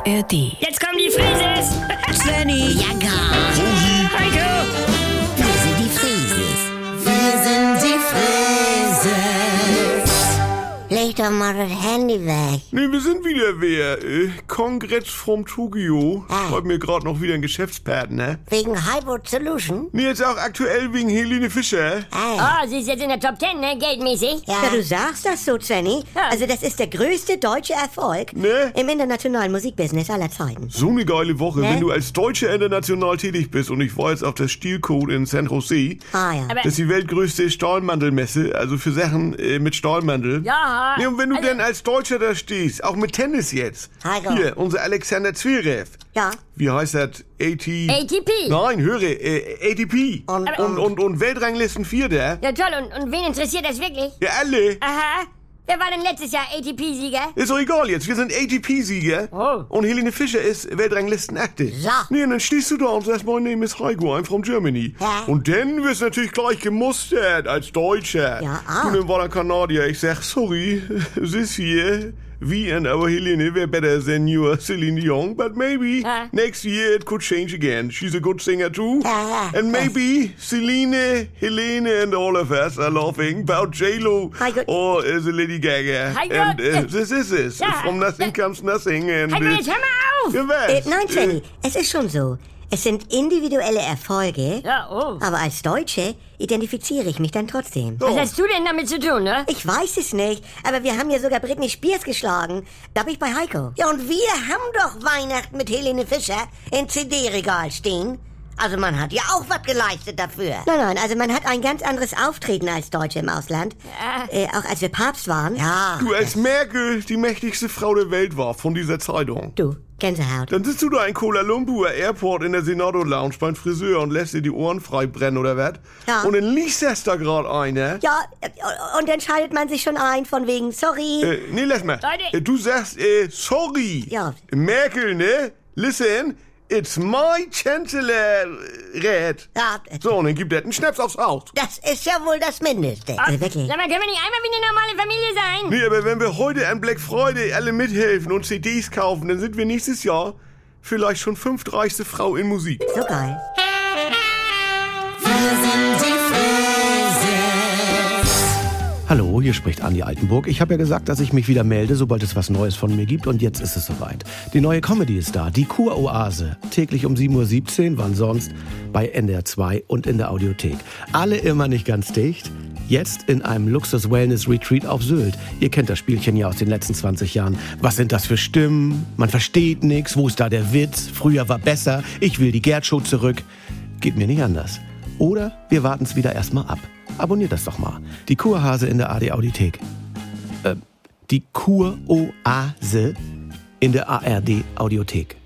ARD. Jetzt kommen die Frieses! Svenny, Ja, gar. Heiko! Wir sind die Frieses. Wir sind die Frieses. Leg doch mal das Handy weg. Nee, wir sind wieder wer. Kongress from Tokio. Schreibt mir gerade noch wieder ein Geschäftspartner. Wegen Hypo Solution? Nee, jetzt auch aktuell wegen Helene Fischer. Oh, sie ist jetzt in der Top 10, ne? Geldmäßig. ja, du sagst das so, Svenny. Ja. Also das ist der größte deutsche Erfolg Ne? im internationalen Musikbusiness aller Zeiten. So eine geile Woche, Ne? wenn du als Deutscher international tätig bist. Und ich war jetzt auf der Stilcode in San Jose. Ah ja. Aber, Das ist die weltgrößte Stahlmantelmesse, also für Sachen mit Stahlmantel. ja. Nee, und wenn du Also- denn als Deutscher da stehst, auch mit Tennis jetzt. Heiko. Hier, unser Alexander Zverev. Ja. Wie heißt das? ATP. Nein, höre, ATP. Und- Und Weltranglisten Vierter. Ja, toll. Und wen interessiert das wirklich? Ja, alle. Aha. Wer war denn letztes Jahr ATP-Sieger? Ist doch egal jetzt, wir sind ATP-Sieger. Oh. Und Helene Fischer ist Weltranglisten Achte. So. Nee, und dann stehst du da und sagst, my name is Heiko, I'm from Germany. Ja. Und dann wirst du natürlich gleich gemustert als Deutscher. Ja, Und dann war der Kanadier, ich sag, sorry, this here, we and our Helene were better than your Celine Dion, but maybe Ja. next year it could change again. She's a good singer too. Ja. And maybe Celine, Helene and all of us are laughing about J-Lo Heiko. or the Lady Gaga. Heiko. And this is it. Ja. From nothing comes nothing. And, Heiko, jetzt hör mal auf! ja, was? Nein, Svenny, es ist schon so. Es sind individuelle Erfolge, Ja, oh. aber als Deutsche identifiziere ich mich dann trotzdem. Was hast du denn damit zu tun, ne? Ich weiß es nicht, aber wir haben ja sogar Britney Spears geschlagen. Da bin ich bei Heiko. Ja, und wir haben doch Weihnachten mit Helene Fischer im CD-Regal stehen. Also man hat ja auch was geleistet dafür. Nein, also man hat ein ganz anderes Auftreten als Deutsche im Ausland. Auch als wir Papst waren. Ja. Du, als Merkel die mächtigste Frau der Welt war von dieser Zeitung. Du, Gänsehaut. Dann sitzt du da in Kuala Lumpur Airport in der Senado Lounge beim Friseur und lässt dir die Ohren frei brennen oder was? Ja. Und dann liest das da gerade einer. Ja, und dann schaltet man sich schon ein von wegen, sorry. Nee, lass mal. Leute. Du sagst, sorry. Ja. Merkel, ne? Listen, it's my Chancellor, Red. Ja, So, und dann gibt er einen Schnaps aufs Haus. das ist ja wohl das Mindeste. Wirklich. Sag mal, können wir nicht einmal wie eine normale Familie sein? Nee, aber wenn wir heute an Black Friday alle mithelfen und CDs kaufen, dann sind wir nächstes Jahr vielleicht schon 5. reichste Frau in Musik. So geil. Hallo, hier spricht Andi Altenburg. Ich habe ja gesagt, dass ich mich wieder melde, sobald es was Neues von mir gibt. Und jetzt ist es soweit. Die neue Comedy ist da, die Kuroase. Täglich um 7:17 Uhr, wann sonst? Bei NDR 2 und in der Audiothek. Alle immer nicht ganz dicht. Jetzt in einem Luxus-Wellness-Retreat auf Sylt. Ihr kennt das Spielchen ja aus den letzten 20 Jahren. Was sind das für Stimmen? Man versteht nichts. Wo ist da der Witz? Früher war besser. Ich will die Gerd-Show zurück. Geht mir nicht anders. Oder wir warten es wieder erstmal ab. Abonniert das doch mal. Die Kurhase in der ARD Audiothek. Die Kuroase in der ARD Audiothek.